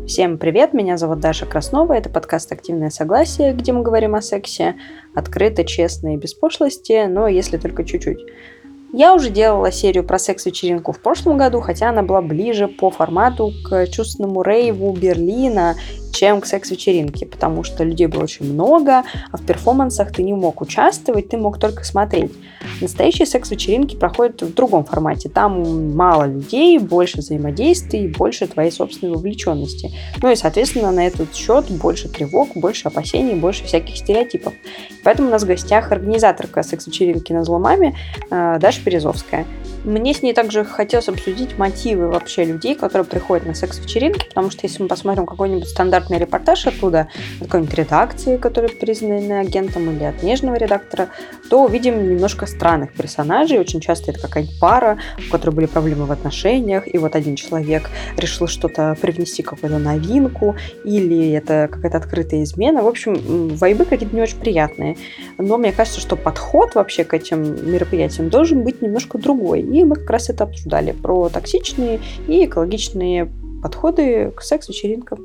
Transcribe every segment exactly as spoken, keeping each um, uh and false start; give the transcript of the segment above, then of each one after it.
Всем привет, меня зовут Даша Краснова, это подкаст «Активное согласие», где мы говорим о сексе открыто, честно и без пошлости, но если только чуть-чуть. Я уже делала серию про секс-вечеринку в прошлом году, хотя она была ближе по формату к чувственному рейву Берлина, чем к секс-вечеринке, потому что людей было очень много, а в перформансах ты не мог участвовать, ты мог только смотреть. Настоящие секс-вечеринки проходят в другом формате. Там мало людей, больше взаимодействий, больше твоей собственной вовлеченности. Ну и, соответственно, на этот счет больше тревог, больше опасений, больше всяких стереотипов. Поэтому у нас в гостях организаторка секс-вечеринки на Зломаме Даша Березовская. Мне с ней также хотелось обсудить мотивы вообще людей, которые приходят на секс-вечеринки, потому что если мы посмотрим какой-нибудь стандартный репортаж оттуда, от какой-нибудь редакции, которая признана агентом, или от нежного редактора, то увидим немножко странных персонажей. Очень часто это какая-нибудь пара, у которой были проблемы в отношениях, и вот один человек решил что-то привнести, какую-то новинку, или это какая-то открытая измена. В общем, вайбы какие-то не очень приятные. Но мне кажется, что подход вообще к этим мероприятиям должен быть немножко другой. И мы как раз это обсуждали, про токсичные и экологичные подходы к секс-вечеринкам.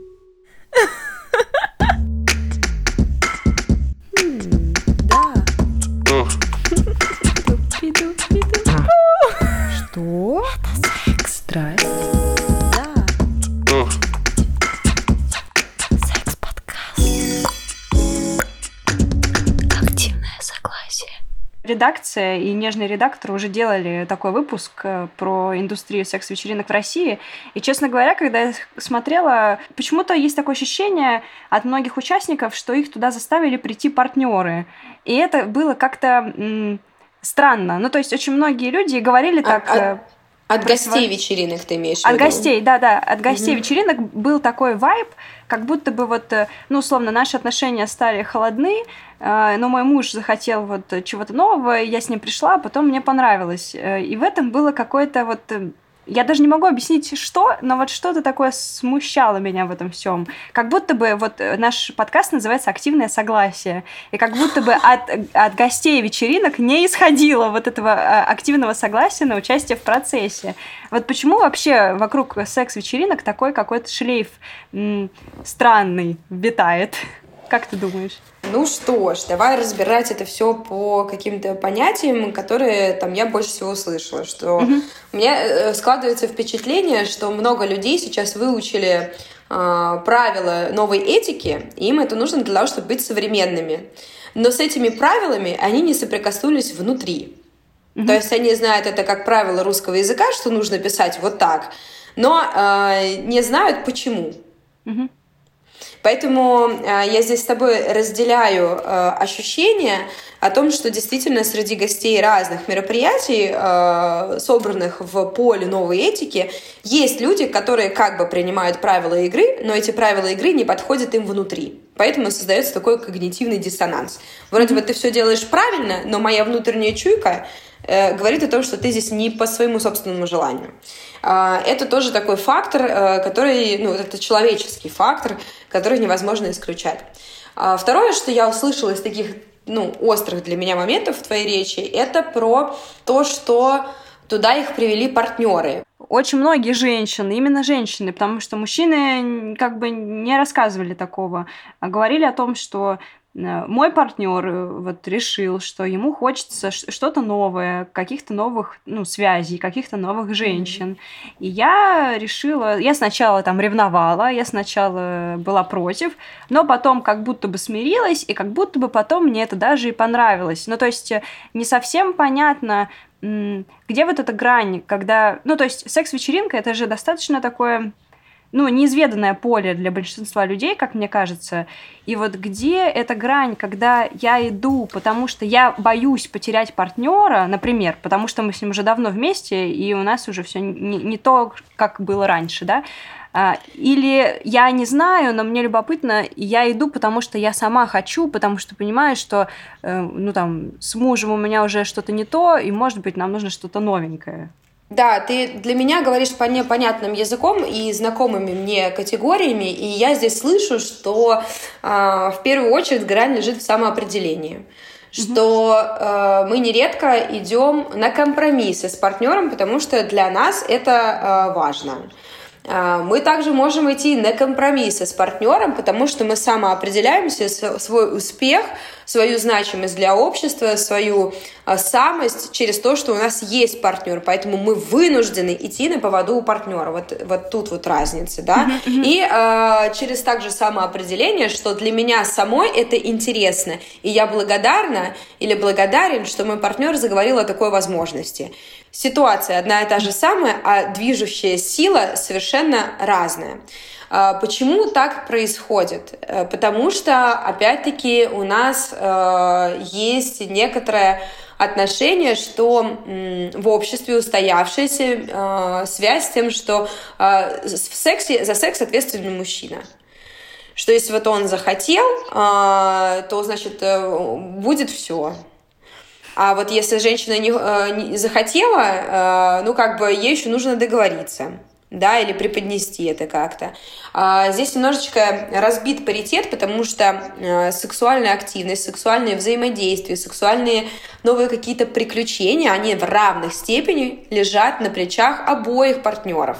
Что? Это секс. Страсть? Да. Секс-подкаст. Активное согласие. Редакция и нежный редактор уже делали такой выпуск про индустрию секс-вечеринок в России. И, честно говоря, когда я смотрела, почему-то есть такое ощущение от многих участников, что их туда заставили прийти партнеры. И это было как-то м- странно. Ну, то есть очень многие люди говорили так... А, а... От гостей свои... вечеринок ты имеешь в виду? виду? От гостей, да-да. От гостей угу. вечеринок был такой вайб, как будто бы вот, ну, условно, наши отношения стали холодны, но мой муж захотел вот чего-то нового, я с ним пришла, а потом мне понравилось. И в этом было какое-то вот... Я даже не могу объяснить, что, но вот что-то такое смущало меня в этом всем. Как будто бы вот наш подкаст называется «Активное согласие». И как будто бы от, от гостей вечеринок не исходило вот этого активного согласия на участие в процессе. Вот почему вообще вокруг секс-вечеринок такой какой-то шлейф м- странный витает? Как ты думаешь? Ну что ж, давай разбирать это все по каким-то понятиям, которые там я больше всего услышала. Что mm-hmm. у меня складывается впечатление, что много людей сейчас выучили э, правила новой этики, и им это нужно для того, чтобы быть современными. Но с этими правилами они не соприкоснулись внутри. Mm-hmm. То есть они знают это как правило русского языка, что нужно писать вот так, но э, не знают почему. Mm-hmm. Поэтому э, я здесь с тобой разделяю э, ощущение о том, что действительно среди гостей разных мероприятий, э, собранных в поле новой этики, есть люди, которые как бы принимают правила игры, но эти правила игры не подходят им внутри. Поэтому создается такой когнитивный диссонанс. Вроде бы ты все делаешь правильно, но моя внутренняя чуйка э, говорит о том, что ты здесь не по своему собственному желанию. Э, это тоже такой фактор, э, который, ну, это человеческий фактор, который невозможно исключать. Э, второе, что я услышала из таких, ну, острых для меня моментов в твоей речи, это про то, что туда их привели партнеры. Очень многие женщины, именно женщины, потому что мужчины как бы не рассказывали такого, а говорили о том, что мой партнер вот решил, что ему хочется что-то новое, каких-то новых, ну, связей, каких-то новых женщин. Mm-hmm. И я решила, я сначала там ревновала, я сначала была против, но потом как будто бы смирилась, и как будто бы потом мне это даже и понравилось. Ну, то есть не совсем понятно, где вот эта грань, когда... Ну, то есть секс-вечеринка — это же достаточно такое, ну, неизведанное поле для большинства людей, как мне кажется. И вот где эта грань, когда я иду, потому что я боюсь потерять партнера, например, потому что мы с ним уже давно вместе, и у нас уже все не, не то, как было раньше, да? Или я не знаю, но мне любопытно, и я иду, потому что я сама хочу, потому что понимаю, что э, ну, там, с мужем у меня уже что-то не то, и, может быть, нам нужно что-то новенькое. Да, ты для меня говоришь понятным языком и знакомыми мне категориями, и я здесь слышу, что э, в первую очередь грань лежит в самоопределении. Что э, мы нередко идем на компромиссы с партнером, потому что для нас это э, важно. Мы также можем идти на компромиссы с партнером, потому что мы самоопределяемся, свой успех, свою значимость для общества, свою самость через то, что у нас есть партнер. Поэтому мы вынуждены идти на поводу у партнера. Вот, вот тут вот разница, да. Mm-hmm, mm-hmm. И э, через также самоопределение, что для меня самой это интересно. И я благодарна или благодарен, что мой партнер заговорил о такой возможности. Ситуация одна и та же самая, а движущая сила совершенно разная. Почему так происходит? Потому что, опять-таки, у нас есть некоторое отношение, что в обществе устоявшаяся связь с тем, что в сексе, за секс ответственный мужчина. Что если вот он захотел, то, значит, будет все. А вот если женщина не, не захотела, ну, как бы ей еще нужно договориться, да, или преподнести это как-то. А здесь немножечко разбит паритет, потому что сексуальная активность, сексуальное взаимодействие, сексуальные новые какие-то приключения, они в равной степени лежат на плечах обоих партнеров.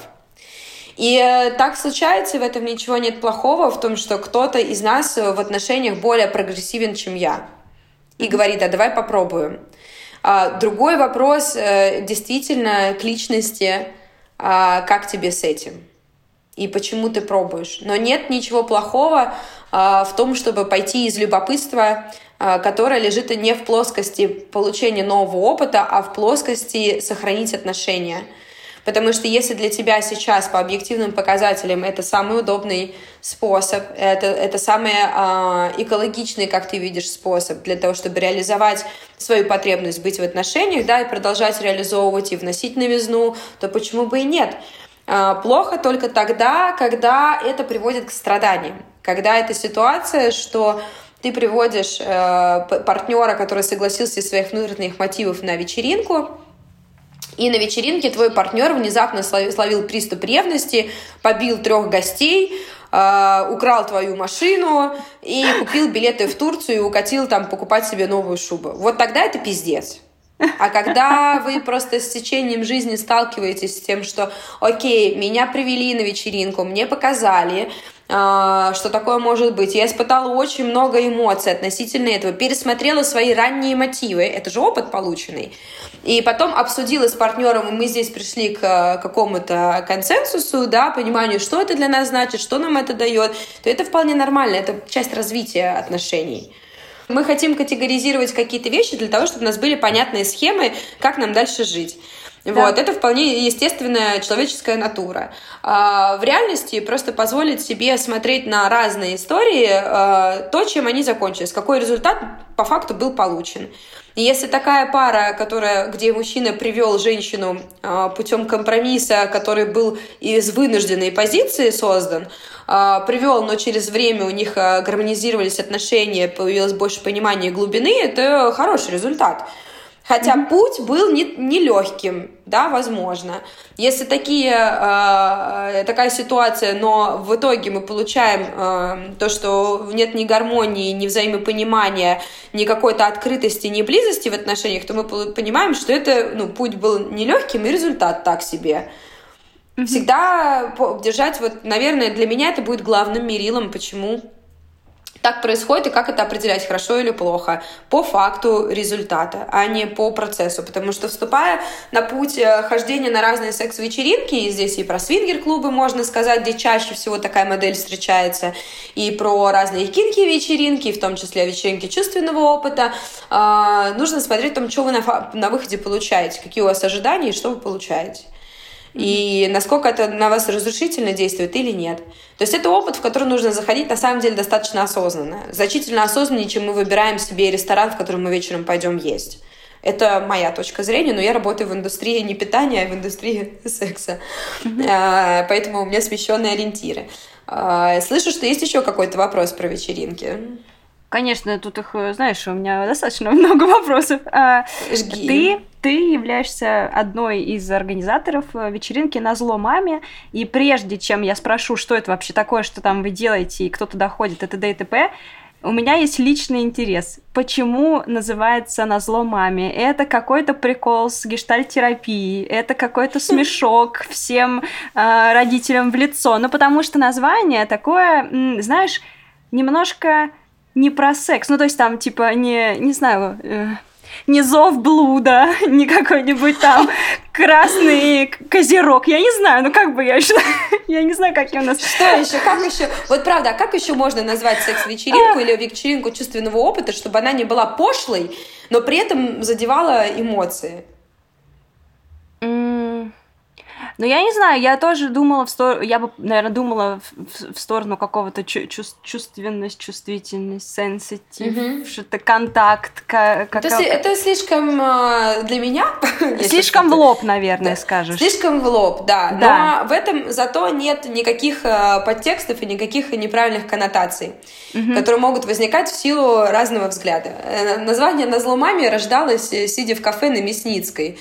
И так случается, и в этом ничего нет плохого, в том, что кто-то из нас в отношениях более прогрессивен, чем я. И говорит, а давай попробуем. А, другой вопрос э, действительно к личности, а, как тебе с этим и почему ты пробуешь. Но нет ничего плохого а, в том, чтобы пойти из любопытства, а, которое лежит не в плоскости получения нового опыта, а в плоскости сохранить отношения. Потому что если для тебя сейчас по объективным показателям это самый удобный способ, это, это самый э, экологичный, как ты видишь, способ для того, чтобы реализовать свою потребность быть в отношениях, да, и продолжать реализовывать и вносить новизну, то почему бы и нет? Э, плохо только тогда, когда это приводит к страданиям, когда это ситуация, что ты приводишь э, партнера, который согласился из своих внутренних мотивов на вечеринку, и на вечеринке твой партнер внезапно словил приступ ревности, побил трех гостей, э, украл твою машину и купил билеты в Турцию и укатил там покупать себе новую шубу. Вот тогда это пиздец. А когда вы просто с течением жизни сталкиваетесь с тем, что окей, меня привели на вечеринку, мне показали, что такое может быть. Я испытала очень много эмоций относительно этого, пересмотрела свои ранние мотивы, это же опыт полученный, и потом обсудила с партнером, и мы здесь пришли к какому-то консенсусу, да, пониманию, что это для нас значит, что нам это дает, то это вполне нормально, это часть развития отношений. Мы хотим категоризировать какие-то вещи для того, чтобы у нас были понятные схемы, как нам дальше жить. Да. Вот, это вполне естественная человеческая натура. А в реальности просто позволить себе смотреть на разные истории, а, то, чем они закончились, какой результат по факту был получен. И если такая пара, которая, где мужчина привел женщину а, путем компромисса, который был из вынужденной позиции создан, а, привел, но через время у них а, гармонизировались отношения, появилось больше понимания и глубины, это хороший результат. Хотя mm-hmm. путь был не, не легким, да, возможно. Если такие, э, такая ситуация, но в итоге мы получаем э, то, что нет ни гармонии, ни взаимопонимания, ни какой-то открытости, ни близости в отношениях, то мы понимаем, что это, ну, путь был нелегким, и результат так себе. Mm-hmm. Всегда держать, вот, наверное, для меня это будет главным мерилом, почему так происходит и как это определять, хорошо или плохо, по факту результата, а не по процессу. Потому что, вступая на путь хождения на разные секс-вечеринки, и здесь и про свингер-клубы можно сказать, где чаще всего такая модель встречается, и про разные кинки-вечеринки, в том числе вечеринки чувственного опыта, э, нужно смотреть, там, что вы на, на выходе получаете, какие у вас ожидания и что вы получаете. И насколько это на вас разрушительно действует или нет. То есть это опыт, в который нужно заходить на самом деле достаточно осознанно. Значительно осознаннее, чем мы выбираем себе ресторан, в котором мы вечером пойдем есть. Это моя точка зрения, но я работаю в индустрии не питания, а в индустрии секса. Mm-hmm. Поэтому у меня смещенные ориентиры. Слышу, что есть еще какой-то вопрос про вечеринки. Конечно, тут их, знаешь, у меня достаточно много вопросов. Жги. Ты, ты являешься одной из организаторов вечеринки «Назло маме», и прежде чем я спрошу, что это вообще такое, что там вы делаете, и кто туда ходит, и т.д. и т.п., У меня есть личный интерес. Почему называется «Назло маме»? Это какой-то прикол с гештальт-терапией, это какой-то смешок всем э, родителям в лицо. Ну, потому что название такое, м, знаешь, немножко не про секс. Ну, то есть там, типа, не, не знаю... Э, не зов блуда, не какой-нибудь там красный козерог. Я не знаю, ну как бы я еще... Я не знаю, какие у нас... Что еще? Как еще? Вот правда, а как еще можно назвать секс-вечеринку или вечеринку чувственного опыта, чтобы она не была пошлой, но при этом задевала эмоции? Ну, я не знаю, я тоже думала в сторону, я бы, наверное, думала в, в сторону какого-то чу- чувств, чувственность, чувствительность, сенситив, mm-hmm. что-то контакт. Как, это, как... это слишком для меня... Слишком в лоб, наверное, да. скажешь. Слишком в лоб, да. да. Но в этом зато нет никаких подтекстов и никаких неправильных коннотаций, mm-hmm. которые могут возникать в силу разного взгляда. Название «Назло маме» рождалось, сидя в кафе на Мясницкой.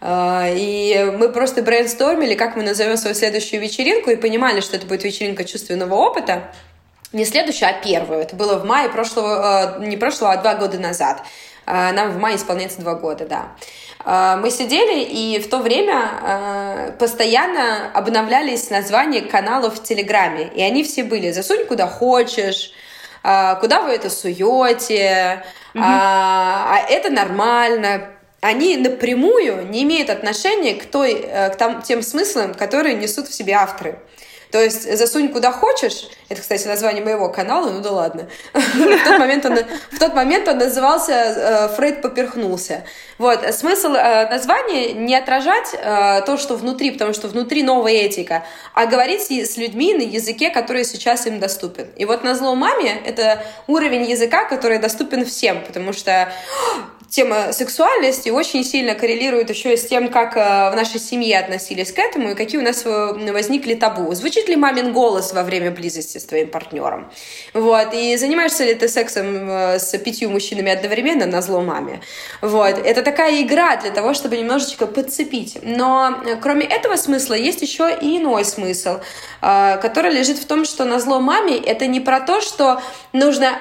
И мы просто брейнстормили, как мы назовем свою следующую вечеринку, и понимали, что это будет вечеринка чувственного опыта. Не следующую, а первую. Это было в мае прошлого, не прошлого, а два года назад. Нам в мае исполняется два года, да. Мы сидели, и в то время постоянно обновлялись названия каналов в Телеграме. И они все были «Засунь куда хочешь», «Куда вы это суете», mm-hmm. «А это нормально». Они напрямую не имеют отношения к, той, к там, тем смыслам, которые несут в себе авторы. То есть «Засунь куда хочешь» — это, кстати, название моего канала, ну да ладно. В тот момент он, в тот момент он назывался «Фрейд поперхнулся». Вот. Смысл названия — не отражать то, что внутри, потому что внутри новая этика, а говорить с людьми на языке, который сейчас им доступен. И вот «Назло маме» — это уровень языка, который доступен всем, потому что тема сексуальности очень сильно коррелирует еще и с тем, как в нашей семье относились к этому и какие у нас возникли табу. Звучит ли мамин голос во время близости с твоим партнером? Вот. И занимаешься ли ты сексом с пятью мужчинами одновременно назло маме? Вот. Это такая игра для того, чтобы немножечко подцепить. Но кроме этого смысла есть еще и иной смысл, который лежит в том, что назло маме — это не про то, что нужно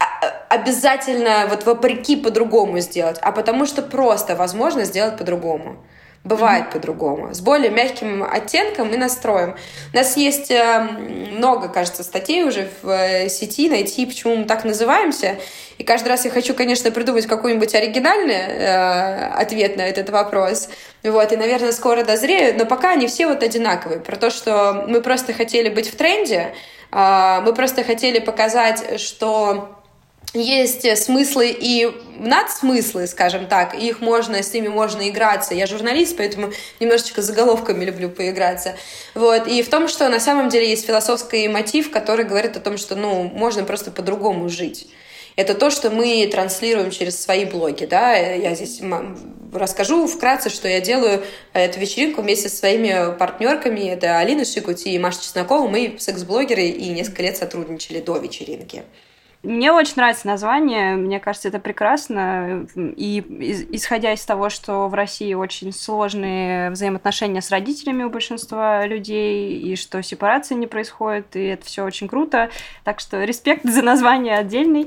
обязательно вот вопреки по-другому сделать, а потому что просто возможно сделать по-другому. Бывает mm-hmm. по-другому. С более мягким оттенком и настроем. У нас есть много, кажется, статей уже в сети, найти, почему мы так называемся. И каждый раз я хочу, конечно, придумать какой-нибудь оригинальный э, ответ на этот вопрос. Вот, и, наверное, скоро дозрею. Но пока они все вот одинаковые. Про то, что мы просто хотели быть в тренде, э, мы просто хотели показать, что есть смыслы и надсмыслы, скажем так, и их можно, с ними можно играться. Я журналист, поэтому немножечко заголовками люблю поиграться. Вот. И в том, что на самом деле есть философский мотив, который говорит о том, что ну, можно просто по-другому жить. Это то, что мы транслируем через свои блоги. Да? Я здесь расскажу вкратце, что я делаю эту вечеринку вместе со своими партнерками. Это Алина Шикути и Маша Чеснокова. Мы секс-блогеры и несколько лет сотрудничали до вечеринки. Мне очень нравится название, мне кажется, это прекрасно. И исходя из того, что в России очень сложные взаимоотношения с родителями у большинства людей, и что сепарация не происходит, и это все очень круто. Так что респект за название отдельный.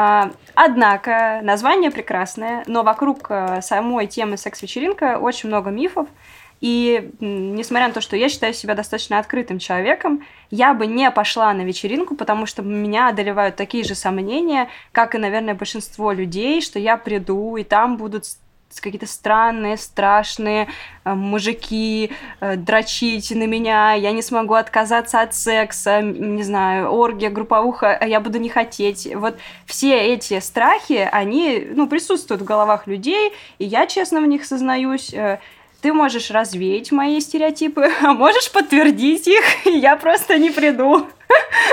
Однако название прекрасное, но вокруг самой темы секс-вечеринка очень много мифов. И несмотря на то, что я считаю себя достаточно открытым человеком, я бы не пошла на вечеринку, потому что меня одолевают такие же сомнения, как и, наверное, большинство людей, что я приду, и там будут какие-то странные, страшные э, мужики э, дрочить на меня, я не смогу отказаться от секса, не знаю, оргия, групповуха, я буду не хотеть. Вот все эти страхи, они, ну, присутствуют в головах людей, и я честно в них сознаюсь. Э, Ты можешь развеять мои стереотипы, а можешь подтвердить их, и я просто не приду.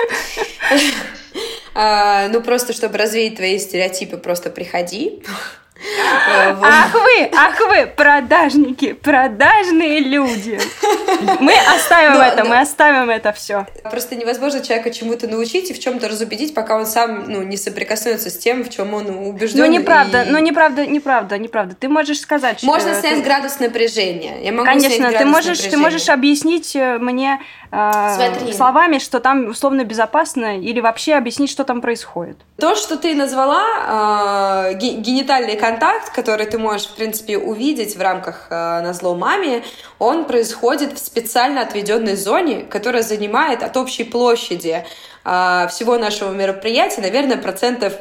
Ну, просто, чтобы развеять твои стереотипы, просто приходи. Ах вы, ах вы, продажники, продажные люди. Мы оставим но, это, но... мы оставим это все. Просто невозможно человека чему-то научить и в чем-то разубедить, пока он сам ну, не соприкоснется с тем, в чем он убежден. Ну неправда, и... ну неправда, неправда, неправда. Ты можешь сказать, можно что... снять ты... градус напряжения. Я могу Конечно, снять ты градус можешь, напряжения. ты можешь объяснить мне э, словами, что там условно безопасно, или вообще объяснить, что там происходит. То, что ты назвала э, генитальный контакт, который ты можешь, в принципе, увидеть в рамках э, «Назло маме», он происходит в специально отведенной зоне, которая занимает от общей площади э, всего нашего мероприятия, наверное, процентов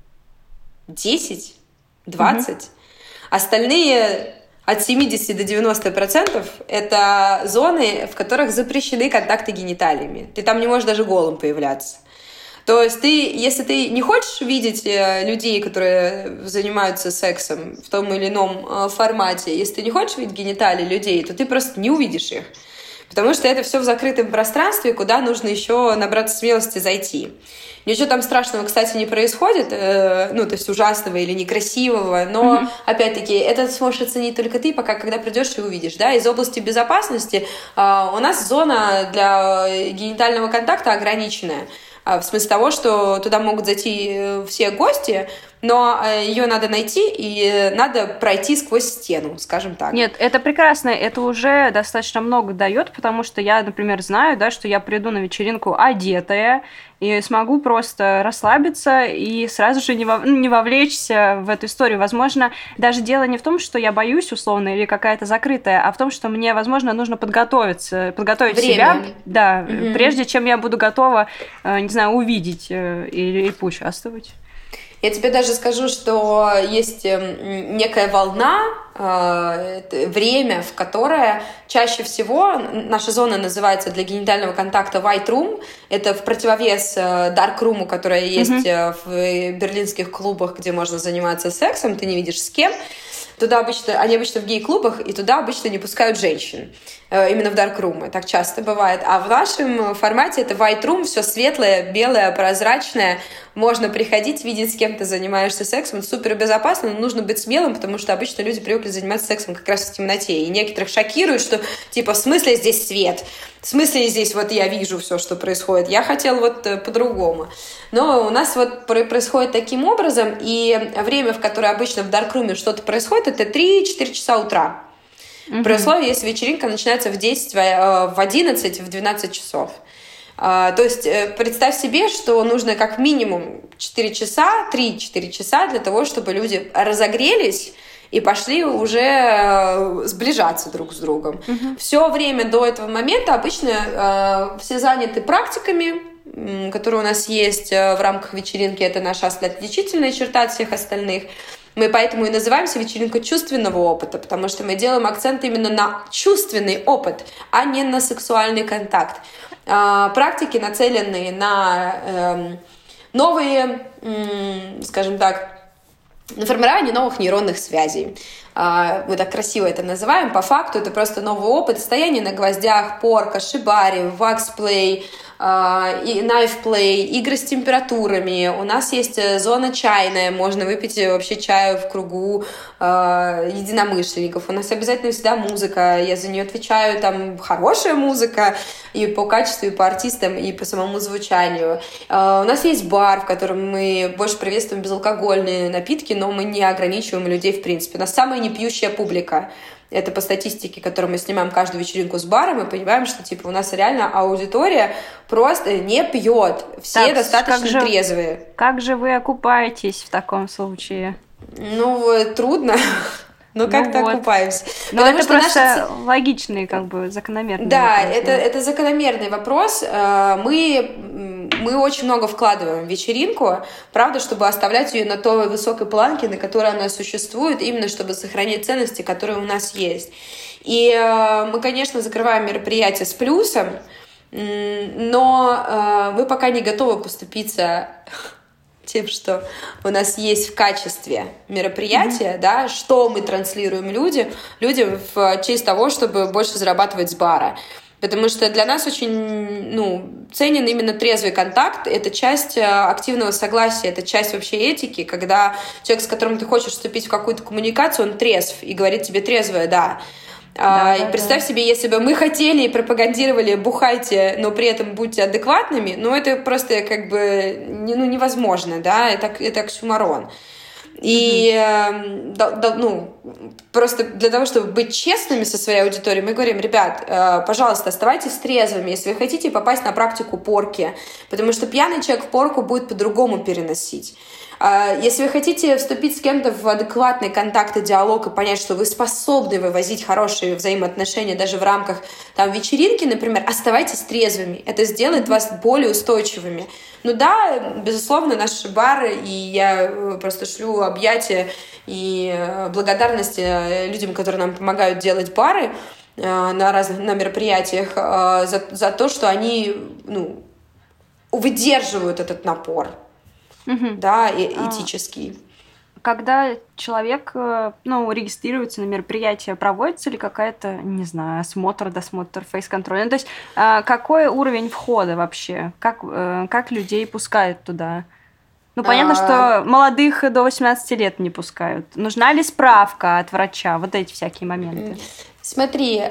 десять-двадцать. Mm-hmm. Остальные от семьдесят до девяноста процентов это зоны, в которых запрещены контакты гениталиями. Ты там не можешь даже голым появляться. То есть ты, если ты не хочешь видеть людей, которые занимаются сексом в том или ином формате, если ты не хочешь видеть гениталии людей, то ты просто не увидишь их. Потому что это все в закрытом пространстве, куда нужно еще набраться смелости зайти. Ничего там страшного, кстати, не происходит, э, ну, то есть ужасного или некрасивого, но, mm-hmm. опять-таки, это сможешь оценить только ты, пока когда придешь и увидишь, да, из области безопасности э, у нас зона для генитального контакта ограниченная. В смысле того, что туда могут зайти все гости, но ее надо найти и надо пройти сквозь стену, скажем так. Нет, это прекрасно, это уже достаточно много дает, потому что я, например, знаю, да, что я приду на вечеринку одетая и смогу просто расслабиться и сразу же не, вов... не вовлечься в эту историю. Возможно, даже дело не в том, что я боюсь условно или какая-то закрытая, а в том, что мне, возможно, нужно подготовиться, подготовить Время. себя, да, угу. прежде чем я буду готова, не знаю, увидеть или, или поучаствовать. Я тебе даже скажу, что есть некая волна, время, в которое чаще всего наша зона называется для генитального контакта White Room. Это в противовес Dark Room, которая есть mm-hmm. в берлинских клубах, где можно заниматься сексом, ты не видишь с кем. Туда обычно, они обычно в гей-клубах, и туда обычно не пускают женщин. Именно в дарк-румы, так часто бывает. А в нашем формате это white room, все светлое, белое, прозрачное. Можно приходить, видеть, с кем ты занимаешься сексом. Это супер безопасно, но нужно быть смелым, потому что обычно люди привыкли заниматься сексом как раз в темноте. И некоторых шокирует, что типа в смысле здесь свет? В смысле здесь вот я вижу все, что происходит? Я хотела вот по-другому. Но у нас вот происходит таким образом, и время, в которое обычно в дарк-руме что-то происходит, это три-четыре часа утра. Mm-hmm. При условии, если вечеринка начинается в десять, в одиннадцать, в двенадцать часов. То есть представь себе, что нужно как минимум четыре часа, три-четыре часа для того, чтобы люди разогрелись и пошли уже сближаться друг с другом. Mm-hmm. Все время до этого момента обычно все заняты практиками, которые у нас есть в рамках вечеринки. Это наша отличительная черта от всех остальных. Мы поэтому и называемся вечеринка чувственного опыта, потому что мы делаем акцент именно на чувственный опыт, а не на сексуальный контакт. Практики нацеленные на новые, скажем так, на формирование новых нейронных связей. Мы так красиво это называем. По факту это просто новый опыт. Стояние на гвоздях, порка, шибари, ваксплей, и найфплей, игры с температурами. У нас есть зона чайная, можно выпить вообще чаю в кругу единомышленников. У нас обязательно всегда музыка, я за нее отвечаю, там хорошая музыка и по качеству, и по артистам, и по самому звучанию. У нас есть бар, в котором мы больше приветствуем безалкогольные напитки, но мы не ограничиваем людей в принципе. У нас самая непьющая публика. Это по статистике, которую мы снимаем каждую вечеринку с баром, мы понимаем, что типа у нас реально аудитория просто не пьет. Все так, достаточно как же, трезвые. Как же вы окупаетесь в таком случае? Ну, трудно. Но ну как-то вот. окупаемся. Но Потому это что просто наша... логичный, как бы, закономерный да, вопрос. Да, это, это закономерный вопрос. Мы, мы очень много вкладываем в вечеринку, правда, чтобы оставлять ее на той высокой планке, на которой она существует, именно чтобы сохранить ценности, которые у нас есть. И мы, конечно, закрываем мероприятие с плюсом, но мы пока не готовы поступиться тем, что у нас есть в качестве мероприятия, mm-hmm. да, что мы транслируем людям, людям в честь того, чтобы больше зарабатывать с бара. Потому что для нас очень, ну, ценен именно трезвый контакт. Это часть активного согласия, это часть вообще этики, когда человек, с которым ты хочешь вступить в какую-то коммуникацию, он трезв и говорит тебе трезвое «да». Да, а, да, представь да. себе, если бы мы хотели и пропагандировали «бухайте, но при этом будьте адекватными», ну, это просто как бы не, ну, невозможно, да, это, это оксюморон. И, mm-hmm. да, да, ну, просто для того, чтобы быть честными со своей аудиторией, мы говорим: ребят, э, пожалуйста, оставайтесь трезвыми, если вы хотите попасть на практику порки, потому что пьяный человек в порку будет по-другому переносить. Если вы хотите вступить с кем-то в адекватный контакт и диалог и понять, что вы способны вывозить хорошие взаимоотношения даже в рамках там, вечеринки, например, оставайтесь трезвыми. Это сделает вас более устойчивыми. Ну да, безусловно, наши бары, и я просто шлю объятия и благодарности людям, которые нам помогают делать бары на разных на мероприятиях, за, за то, что они ну, выдерживают этот напор. Угу. Да, и этический. Когда человек, ну, регистрируется на мероприятие, проводится ли какая-то, не знаю, осмотр, досмотр, фейс-контроль? Ну, то есть, какой уровень входа вообще? Как, как людей пускают туда? Ну, понятно, что молодых до восемнадцати лет не пускают. Нужна ли справка от врача? Вот эти всякие моменты. Смотри,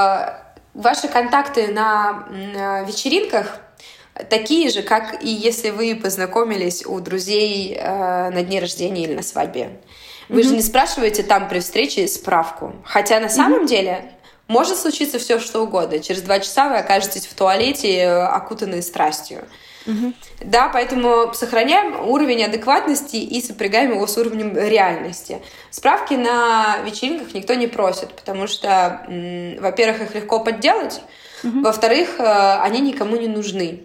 ваши контакты на вечеринках такие же, как и если вы познакомились у друзей э, на дне рождения или на свадьбе. Вы mm-hmm. же не спрашиваете там при встрече справку. Хотя на самом mm-hmm. деле может случиться все, что угодно. Через два часа вы окажетесь в туалете, окутанные страстью. Mm-hmm. Да, поэтому сохраняем уровень адекватности и сопрягаем его с уровнем реальности. Справки на вечеринках никто не просит, потому что, м- во-первых, их легко подделать, mm-hmm. во-вторых, э, они никому не нужны.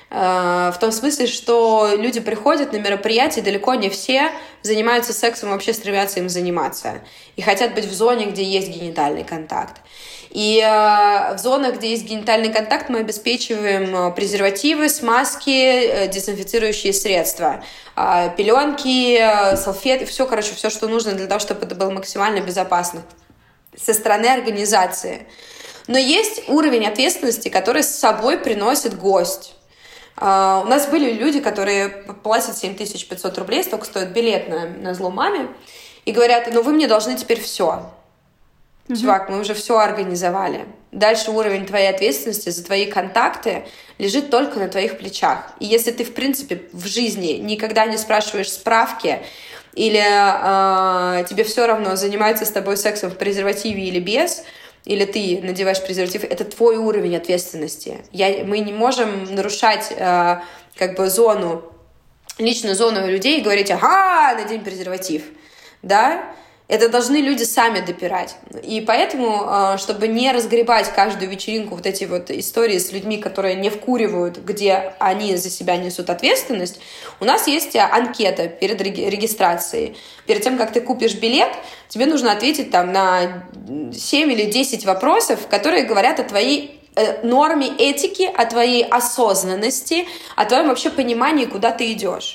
В том смысле, что люди приходят на мероприятия, далеко не все занимаются сексом, вообще стремятся им заниматься. И хотят быть в зоне, где есть генитальный контакт. И в зонах, где есть генитальный контакт, мы обеспечиваем презервативы, смазки, дезинфицирующие средства, пеленки, салфеты, все, короче, все, что нужно для того, чтобы это было максимально безопасно со стороны организации. Но есть уровень ответственности, который с собой приносит гость. Uh, у нас были люди, которые платят семь тысяч пятьсот рублей, столько стоит билет на, на зло маме, и говорят: ну вы мне должны теперь все. Mm-hmm. Чувак, мы уже все организовали. Дальше уровень твоей ответственности за твои контакты лежит только на твоих плечах. И если ты, в принципе, в жизни никогда не спрашиваешь справки, или uh, тебе все равно, занимается с тобой сексом в презервативе или без, или ты надеваешь презерватив, это твой уровень ответственности. Я, мы не можем нарушать э, как бы зону, личную зону людей и говорить: ага, надень презерватив. Да? Это должны люди сами допирать. И поэтому, чтобы не разгребать каждую вечеринку вот эти вот истории с людьми, которые не вкуривают, где они за себя несут ответственность, у нас есть анкета перед регистрацией. Перед тем, как ты купишь билет, тебе нужно ответить там на семь или десять вопросов, которые говорят о твоей норме этики, о твоей осознанности, о твоем вообще понимании, куда ты идешь.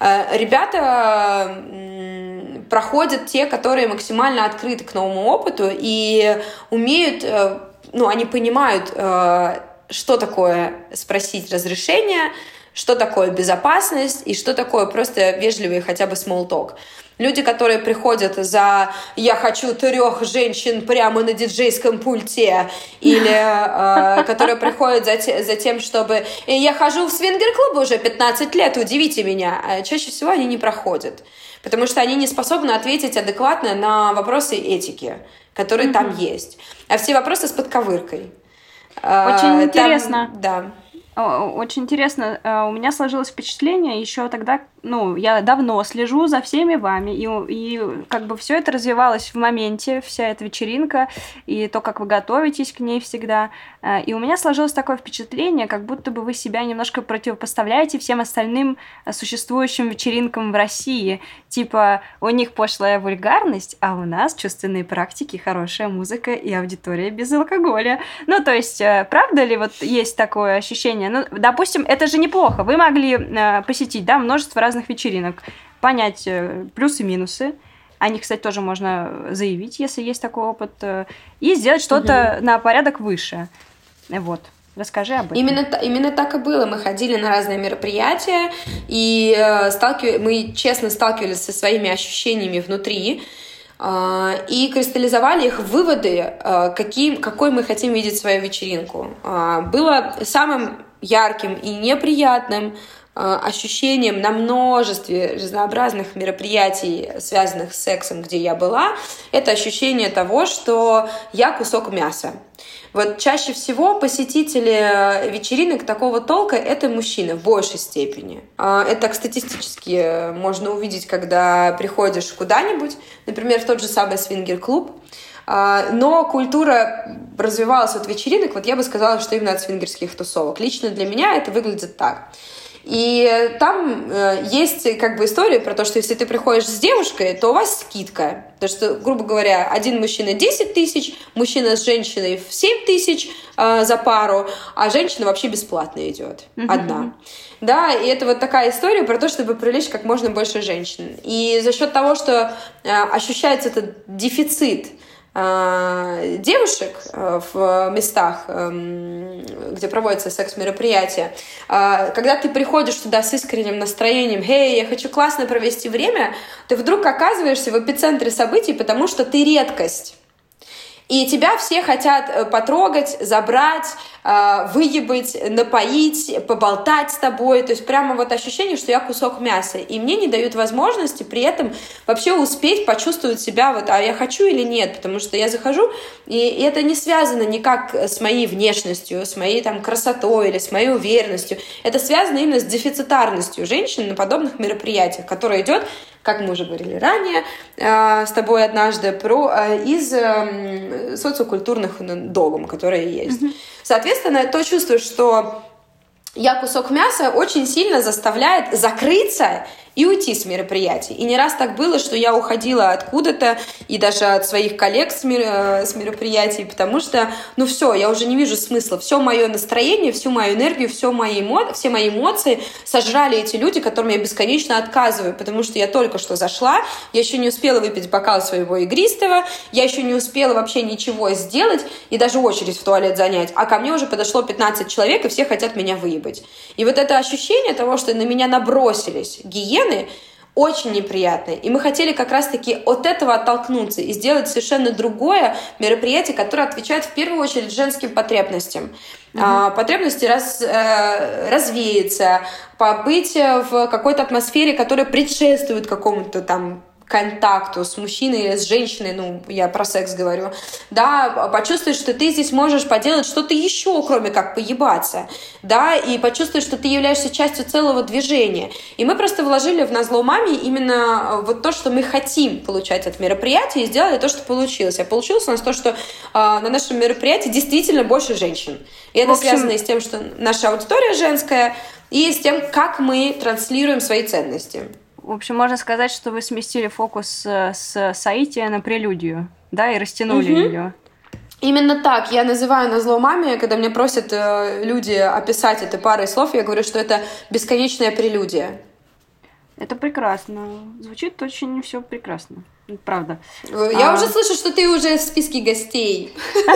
Ребята проходят те, которые максимально открыты к новому опыту и умеют, ну, они понимают, что такое спросить разрешение, что такое безопасность и что такое просто вежливый хотя бы small talk. Люди, которые приходят за «я хочу трех женщин прямо на диджейском пульте», или э, которые приходят за, те, за тем, чтобы «я хожу в свингер-клуб уже пятнадцать лет, удивите меня», чаще всего они не проходят, потому что они не способны ответить адекватно на вопросы этики, которые mm-hmm. там есть. А все вопросы с подковыркой. Очень интересно. Там, да. Очень интересно. У меня сложилось впечатление еще тогда, ну, я давно слежу за всеми вами, и, и как бы все это развивалось в моменте, вся эта вечеринка, и то, как вы готовитесь к ней всегда. И у меня сложилось такое впечатление, как будто бы вы себя немножко противопоставляете всем остальным существующим вечеринкам в России. Типа, у них пошлая вульгарность, а у нас чувственные практики, хорошая музыка и аудитория без алкоголя. Ну, то есть, правда ли вот есть такое ощущение? Ну, допустим, это же неплохо. Вы могли э, посетить, да, множество разных вечеринок, понять э, плюсы и минусы. О них, кстати, тоже можно заявить, если есть такой опыт, э, и сделать что-то mm-hmm. на порядок выше. Вот. Расскажи об этом. Именно, именно так и было. Мы ходили на разные мероприятия, и э, сталкив... мы честно сталкивались со своими ощущениями внутри, э, и кристаллизовали их в выводы, э, каким, какой мы хотим видеть свою вечеринку. Э, было самым ярким и неприятным э, ощущением на множестве разнообразных мероприятий, связанных с сексом, где я была, это ощущение того, что я кусок мяса. Вот чаще всего посетители вечеринок такого толка – это мужчины в большей степени. Это так статистически можно увидеть, когда приходишь куда-нибудь, например, в тот же самый свингер-клуб. Но культура развивалась от вечеринок, вот я бы сказала, что именно от свингерских тусовок. Лично для меня это выглядит так. И там э, есть как бы история про то, что если ты приходишь с девушкой, то у вас скидка. Потому что, грубо говоря, один мужчина десять тысяч, мужчина с женщиной в семь тысяч э, за пару, а женщина вообще бесплатно идет. Mm-hmm. Одна. Да, и это вот такая история про то, чтобы привлечь как можно больше женщин. И за счет того, что э, ощущается этот дефицит девушек в местах, где проводятся секс-мероприятия, когда ты приходишь туда с искренним настроением, «Эй, я хочу классно провести время», ты вдруг оказываешься в эпицентре событий, потому что ты редкость. И тебя все хотят потрогать, забрать, выебать, напоить, поболтать с тобой. То есть прямо вот ощущение, что я кусок мяса. И мне не дают возможности при этом вообще успеть почувствовать себя, вот, а я хочу или нет. Потому что я захожу, и это не связано никак с моей внешностью, с моей там красотой или с моей уверенностью. Это связано именно с дефицитарностью женщин на подобных мероприятиях, которая идет, как мы уже говорили ранее э, с тобой однажды, про, э, из э, социокультурных догм, которые есть. Mm-hmm. Соответственно, то чувство, что я кусок мяса, очень сильно заставляет закрыться и уйти с мероприятий. И не раз так было, что я уходила откуда-то, и даже от своих коллег с, мер... с мероприятий, потому что, ну все, я уже не вижу смысла. Все мое настроение, всю мою энергию, все мои эмо... все мои эмоции сожрали эти люди, которым я бесконечно отказываю, потому что я только что зашла, я еще не успела выпить бокал своего игристого, я еще не успела вообще ничего сделать, и даже очередь в туалет занять, а ко мне уже подошло пятнадцать человек, и все хотят меня выебать. И вот это ощущение того, что на меня набросились гиены, очень неприятные. И мы хотели как раз-таки от этого оттолкнуться и сделать совершенно другое мероприятие, которое отвечает в первую очередь женским потребностям. Mm-hmm. А, потребности раз, э, развеяться, побыть в какой-то атмосфере, которая предшествует какому-то там контакту с мужчиной или с женщиной, ну, я про секс говорю, да, почувствовать, что ты здесь можешь поделать что-то еще, кроме как поебаться, да, и почувствовать, что ты являешься частью целого движения. И мы просто вложили в назло маме именно вот то, что мы хотим получать от мероприятия, и сделали то, что получилось. А получилось у нас то, что э, на нашем мероприятии действительно больше женщин. И это общем... связано и с тем, что наша аудитория женская, и с тем, как мы транслируем свои ценности. В общем, можно сказать, что вы сместили фокус с соития на прелюдию, да, и растянули угу. ее. Именно так. Я называю назло маме, когда меня просят э, люди описать это парой слов, я говорю, что это бесконечная прелюдия. Это прекрасно. Звучит очень все прекрасно. Правда. Я а... уже слышу, что ты уже в списке гостей.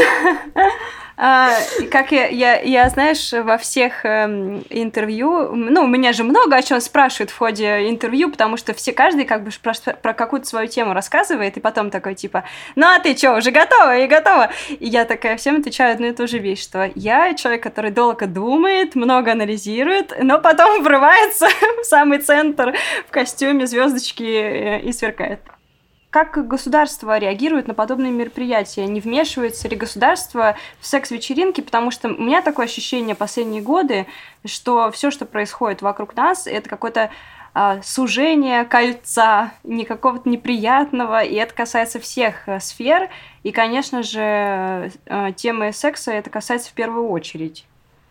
А, как я, я, я, знаешь, во всех э, интервью, ну, у меня же много о чем спрашивают в ходе интервью, потому что все, каждый как бы про, про какую-то свою тему рассказывает, и потом такой типа, ну, а ты что, уже готова и готова? И я такая всем отвечаю одну и ту же вещь, что я человек, который долго думает, много анализирует, но потом врывается в самый центр в костюме звездочки и сверкает. Как государство реагирует на подобные мероприятия? Не вмешивается ли государство в секс-вечеринки? Потому что у меня такое ощущение последние годы, что все, что происходит вокруг нас, это какое-то а, сужение кольца, не какого-то неприятного, и это касается всех сфер. И, конечно же, темы секса это касается в первую очередь.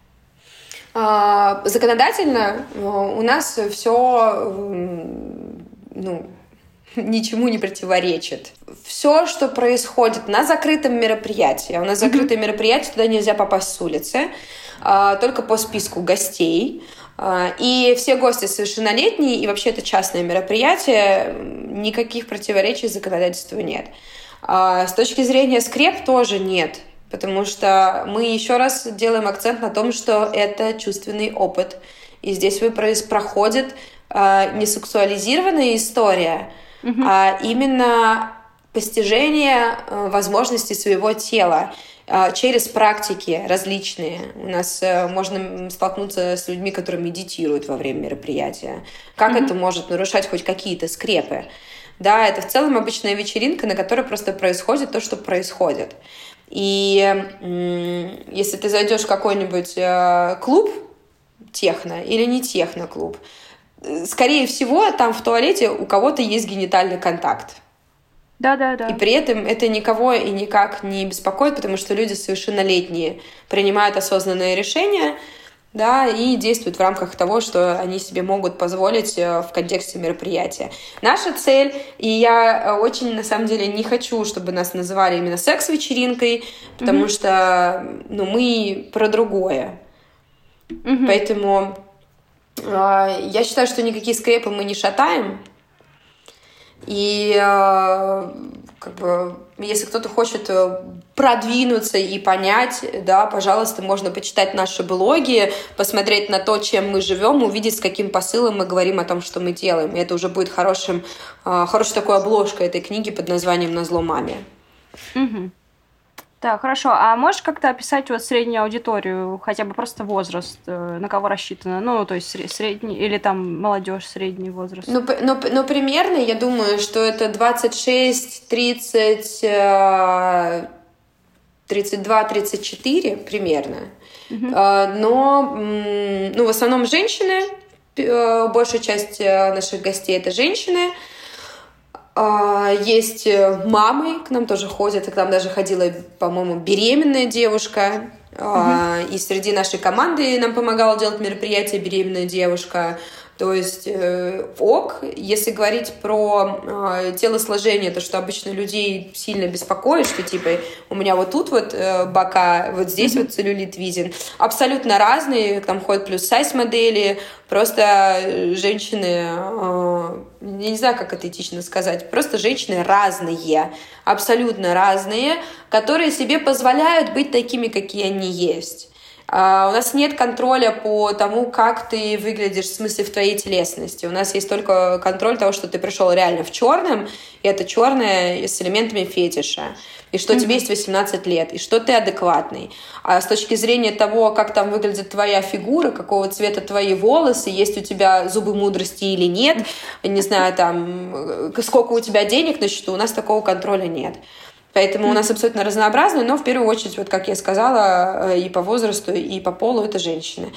Законодательно у нас все, ну, ничему не противоречит. Все, что происходит на закрытом мероприятии, а у нас закрытое mm-hmm. мероприятие, туда нельзя попасть с улицы, а, только по списку гостей. А, и все гости совершеннолетние, и вообще это частное мероприятие, никаких противоречий законодательству нет. А, с точки зрения скреп тоже нет. потому что мы еще раз делаем акцент на том, что это чувственный опыт. И здесь проходит э, не сексуализированная история, mm-hmm. а именно постижение э, возможностей своего тела э, через практики различные. У нас э, можно столкнуться с людьми, которые медитируют во время мероприятия. Как mm-hmm. это может нарушать хоть какие-то скрепы? Да, это в целом обычная вечеринка, на которой просто происходит то, что происходит. И м- если ты зайдешь в какой-нибудь э, клуб, техно или не техно-клуб, скорее всего, там в туалете у кого-то есть генитальный контакт. Да-да-да. И при этом это никого и никак не беспокоит, потому что люди совершеннолетние принимают осознанные решения, да, и действуют в рамках того, что они себе могут позволить в контексте мероприятия. Наша цель, и я очень, на самом деле, не хочу, чтобы нас называли именно секс-вечеринкой, потому mm-hmm. что ну, мы про другое. Mm-hmm. Поэтому э, я считаю, что никакие скрепы мы не шатаем. И э, как бы, если кто-то хочет продвинуться и понять, да, пожалуйста, можно почитать наши блоги, посмотреть на то, чем мы живем, увидеть, с каким посылом мы говорим о том, что мы делаем. И это уже будет хорошим, э, хорошей такой обложкой этой книги под названием «Назло маме». Угу. Так, хорошо. А можешь как-то описать вот среднюю аудиторию, хотя бы просто возраст, на кого рассчитано? Ну, то есть средний, или там молодежь, средний возраст? Ну, ну, ну примерно, я думаю, что это двадцать шесть, тридцать, тридцать два, тридцать четыре примерно. Uh-huh. Но, ну, в основном женщины, большая часть наших гостей — это женщины. Есть мамы, к нам тоже ходят, и к нам даже ходила, по-моему, беременная девушка. Uh-huh. И среди нашей команды нам помогала делать мероприятие беременная девушка. То есть э, ок, если говорить про э, телосложение, то, что обычно людей сильно беспокоит, что типа у меня вот тут вот э, бока, вот здесь mm-hmm. вот целлюлит виден. Абсолютно разные, там ходят плюс-сайз модели, просто женщины, э, я не знаю, как это этично сказать, просто женщины разные, абсолютно разные, которые себе позволяют быть такими, какие они есть. Uh, у нас нет контроля по тому, как ты выглядишь, в смысле, в твоей телесности. У нас есть только контроль того, что ты пришел реально в черном, и это черное с элементами фетиша, и что mm-hmm. тебе есть восемнадцать лет, и что ты адекватный. А с точки зрения того, как там выглядит твоя фигура, какого цвета твои волосы, есть у тебя зубы мудрости или нет, не знаю, там, сколько у тебя денег на счету, у нас такого контроля нет. Поэтому mm-hmm. у нас абсолютно разнообразно, но в первую очередь, вот как я сказала, и по возрасту, и по полу это женщины.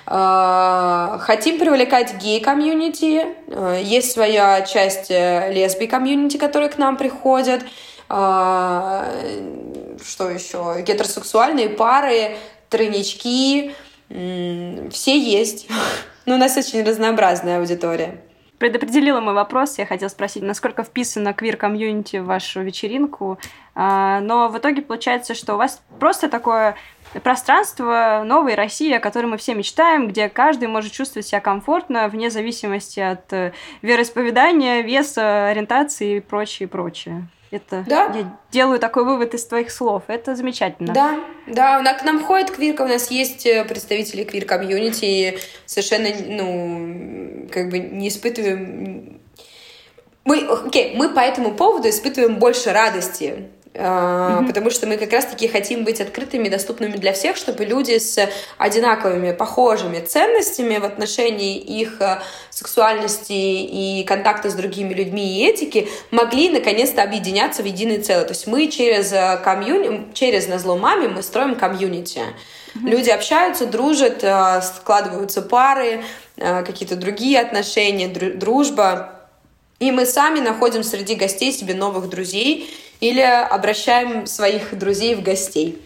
Хотим привлекать гей-комьюнити. Есть своя часть лесби-комьюнити, которые к нам приходят. Что еще? Гетеросексуальные пары, тройнички. Все есть. Но у нас очень разнообразная аудитория. Предопределила мой вопрос. Я хотела спросить, насколько вписано квир-комьюнити в вашу вечеринку. Но в итоге получается, что у вас просто такое пространство новой России, о которой мы все мечтаем, где каждый может чувствовать себя комфортно, вне зависимости от вероисповедания, веса, ориентации и прочее, прочее. Это да? Я делаю такой вывод из твоих слов. Это замечательно. Да, да, к нам ходит квирка, у нас есть представители квир-комьюнити, совершенно, ну, как бы не испытываем... Мы, окей, мы по этому поводу испытываем больше радости, Mm-hmm. потому что мы как раз-таки хотим быть открытыми, доступными для всех, чтобы люди с одинаковыми, похожими ценностями в отношении их сексуальности и контакта с другими людьми и этики могли наконец-то объединяться в единое целое. То есть мы через комьюнити, через «Назло маме» мы строим комьюнити. Mm-hmm. Люди общаются, дружат, складываются пары, какие-то другие отношения, дружба. И мы сами находим среди гостей себе новых друзей или обращаем своих друзей в гостей.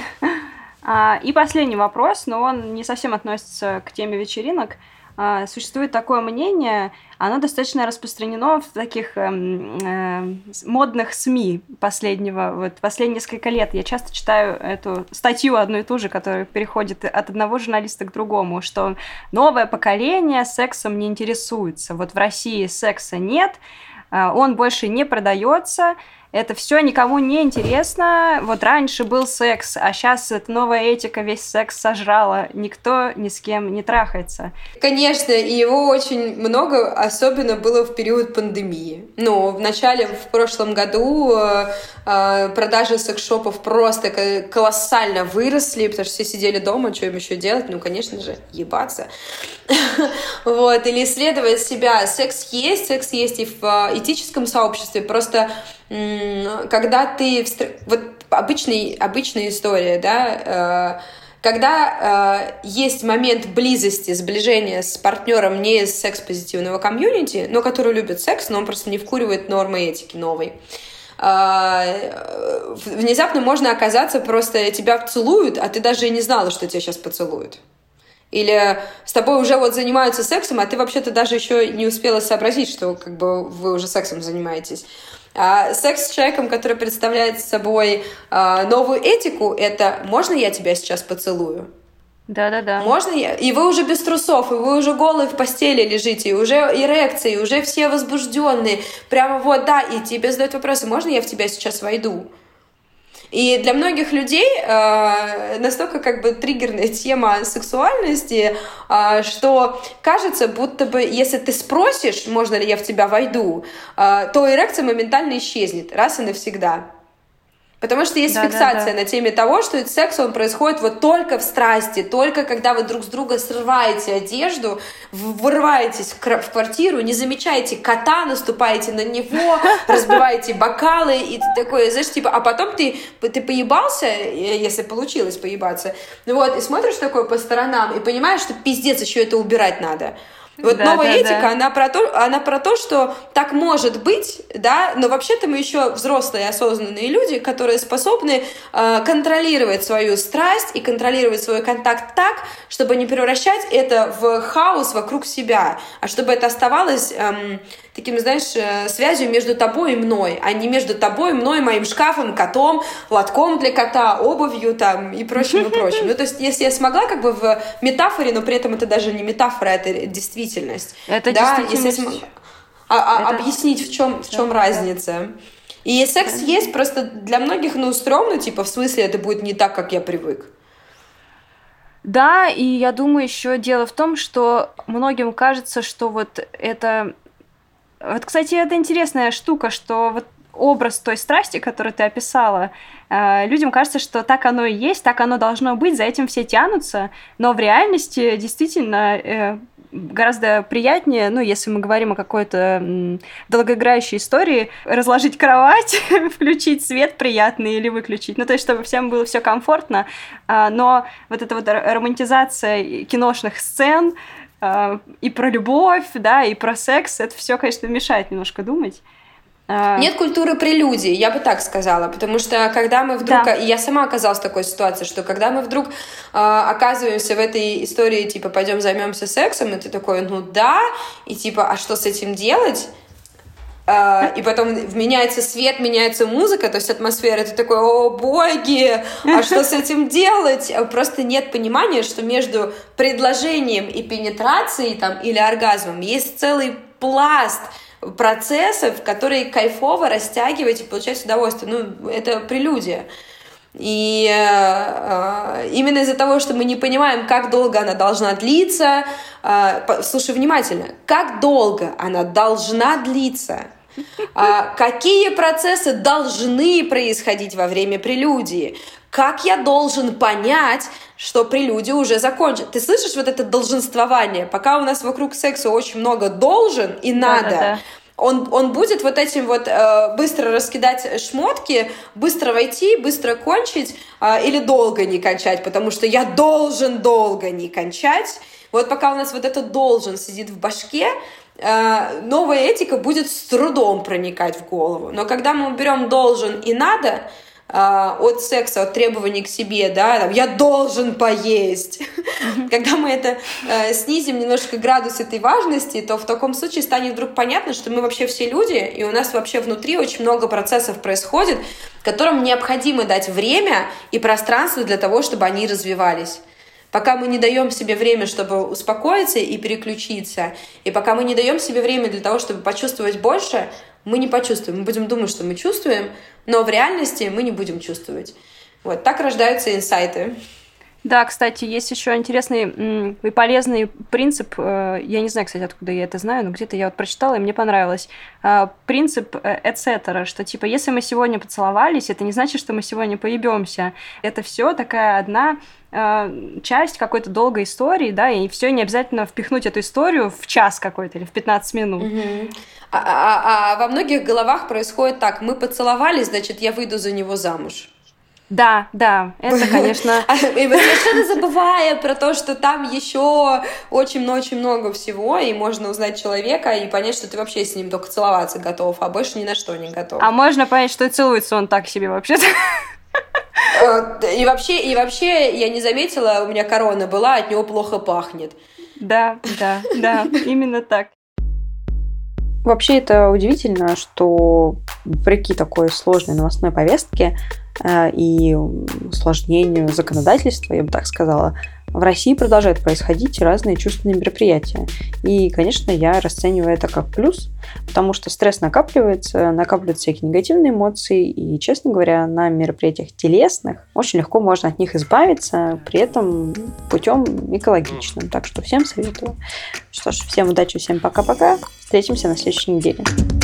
И последний вопрос, но он не совсем относится к теме вечеринок. Существует такое мнение, оно достаточно распространено в таких э, э, модных СМИ последнего, вот последние несколько лет. Я часто читаю эту статью одну и ту же, которая переходит от одного журналиста к другому, что новое поколение сексом не интересуется. Вот в России секса нет, он больше не продается, это все никому не интересно. Вот раньше был секс, а сейчас эта новая этика весь секс сожрала. Никто ни с кем не трахается. Конечно, и его очень много, особенно было в период пандемии. Ну, в начале, в прошлом году э, продажи секс-шопов просто колоссально выросли, потому что все сидели дома, что им еще делать? Ну, конечно же, ебаться. Вот, или исследовать себя. Секс есть, секс есть и в этическом сообществе. Просто когда ты... Вот обычный, обычная история, да, когда э, есть момент близости, сближения с партнером не из секс-позитивного комьюнити, но который любит секс, но он просто не вкуривает нормы этики новой, э, внезапно можно оказаться, просто тебя целуют, а ты даже и не знала, что тебя сейчас поцелуют. Или с тобой уже вот занимаются сексом, а ты вообще-то даже еще не успела сообразить, что как бы вы уже сексом занимаетесь. А секс с человеком, который представляет собой а, новую этику, это «можно я тебя сейчас поцелую?» Да-да-да. Можно я? И вы уже без трусов, и вы уже голые в постели лежите, и уже эрекции, и уже все возбужденные. Прямо вот, да, и тебе задают вопросы: «Можно я в тебя сейчас войду?» И для многих людей э, настолько как бы триггерная тема сексуальности, э, что кажется, будто бы, если ты спросишь, можно ли я в тебя войду, э, то эрекция моментально исчезнет раз и навсегда. Потому что есть да, фиксация да, да. на теме того, что секс, он происходит вот только в страсти, только когда вы друг с друга срываете одежду, вырываетесь в квартиру, не замечаете кота, наступаете на него, разбиваете бокалы, и ты такой, знаешь, типа, а потом ты, ты поебался, если получилось поебаться, вот, и смотришь такой по сторонам, и понимаешь, что пиздец, еще это убирать надо. Вот да, новая да, этика, да. Она, про то, она про то, что так может быть, да, но вообще-то мы еще взрослые, осознанные люди, которые способны э, контролировать свою страсть и контролировать свой контакт так, чтобы не превращать это в хаос вокруг себя, а чтобы это оставалось эм, таким, знаешь, э, связью между тобой и мной, а не между тобой, мной, моим шкафом, котом, лотком для кота, обувью там и прочим, и прочим. Ну, то есть, если я смогла как бы в метафоре, но при этом это даже не метафора, это действительно Это да, действительность. Если см... а, а, это... объяснить, в чем, в чем да, разница. Да. И секс да. есть, просто для многих, ну, стрёмно, типа, в смысле, это будет не так, как я привык. Да, и я думаю, еще дело в том, что многим кажется, что вот это... Вот, кстати, это интересная штука, что вот образ той страсти, которую ты описала, людям кажется, что так оно и есть, так оно должно быть, за этим все тянутся, но в реальности действительно гораздо приятнее, ну, если мы говорим о какой-то долгоиграющей истории, разложить кровать, включить свет приятный или выключить, ну, то есть, чтобы всем было все комфортно, но вот эта вот романтизация киношных сцен и про любовь, да, и про секс, это все, конечно, мешает немножко думать. Нет культуры прелюдии, я бы так сказала, потому что когда мы вдруг, да. и я сама оказалась в такой ситуации, что когда мы вдруг э, оказываемся в этой истории, типа, пойдем займемся сексом, и ты такой, ну да, и типа, а что с этим делать? Э, и потом меняется свет, меняется музыка, то есть атмосфера, и ты такой, о боги, а что с этим делать? Просто нет понимания, что между предложением и пенетрацией там, или оргазмом есть целый пласт процессов, которые кайфово растягивать и получать удовольствие. Ну, это прелюдия. И э, именно из-за того, что мы не понимаем, как долго она должна длиться, э, слушай внимательно, как долго она должна длиться, э, какие процессы должны происходить во время прелюдии, как я должен понять, что прелюдия уже закончена. Ты слышишь вот это долженствование? Пока у нас вокруг секса очень много должен и надо, да, да, да. Он, он будет вот этим вот э, быстро раскидать шмотки, быстро войти, быстро кончить э, или долго не кончать, потому что я должен долго не кончать. Вот пока у нас вот этот должен сидит в башке, э, новая этика будет с трудом проникать в голову. Но когда мы уберем должен и надо, от секса, от требований к себе, да, там, я должен поесть. Mm-hmm. Когда мы это э, снизим немножко градус этой важности, то в таком случае станет вдруг понятно, что мы вообще все люди, и у нас вообще внутри очень много процессов происходит, которым необходимо дать время и пространство для того, чтобы они развивались. Пока мы не даем себе время, чтобы успокоиться и переключиться, и пока мы не даем себе время для того, чтобы почувствовать больше, мы не почувствуем. Мы будем думать, что мы чувствуем, но в реальности мы не будем чувствовать. Вот так рождаются инсайты. Да, кстати, есть еще интересный и полезный принцип. Я не знаю, кстати, откуда я это знаю, но где-то я вот прочитала, и мне понравилось. Принцип et cetera, что типа, если мы сегодня поцеловались, это не значит, что мы сегодня поебемся. Это все такая одна часть какой-то долгой истории, да, и все не обязательно впихнуть эту историю в час какой-то или в пятнадцать минут. Угу. А, а, а во многих головах происходит так: мы поцеловались, значит, я выйду за него замуж. Да, да, это, конечно... И мы совершенно забывая про то, что там еще очень-очень много всего, и можно узнать человека и понять, что ты вообще с ним только целоваться готов, а больше ни на что не готов. А можно понять, что и целуется он так себе вообще-то. И вообще, и вообще, я не заметила, у меня корона была, от него плохо пахнет. Да, да, да, именно так. Вообще это удивительно, что вопреки такой сложной новостной повестке э, и усложнению законодательства, я бы так сказала, в России продолжают происходить разные чувственные мероприятия. И, конечно, я расцениваю это как плюс, потому что стресс накапливается, накапливаются всякие негативные эмоции, и, честно говоря, на мероприятиях телесных очень легко можно от них избавиться, при этом путем экологичным. Так что всем советую. Что ж, всем удачи, всем пока-пока. Встретимся на следующей неделе.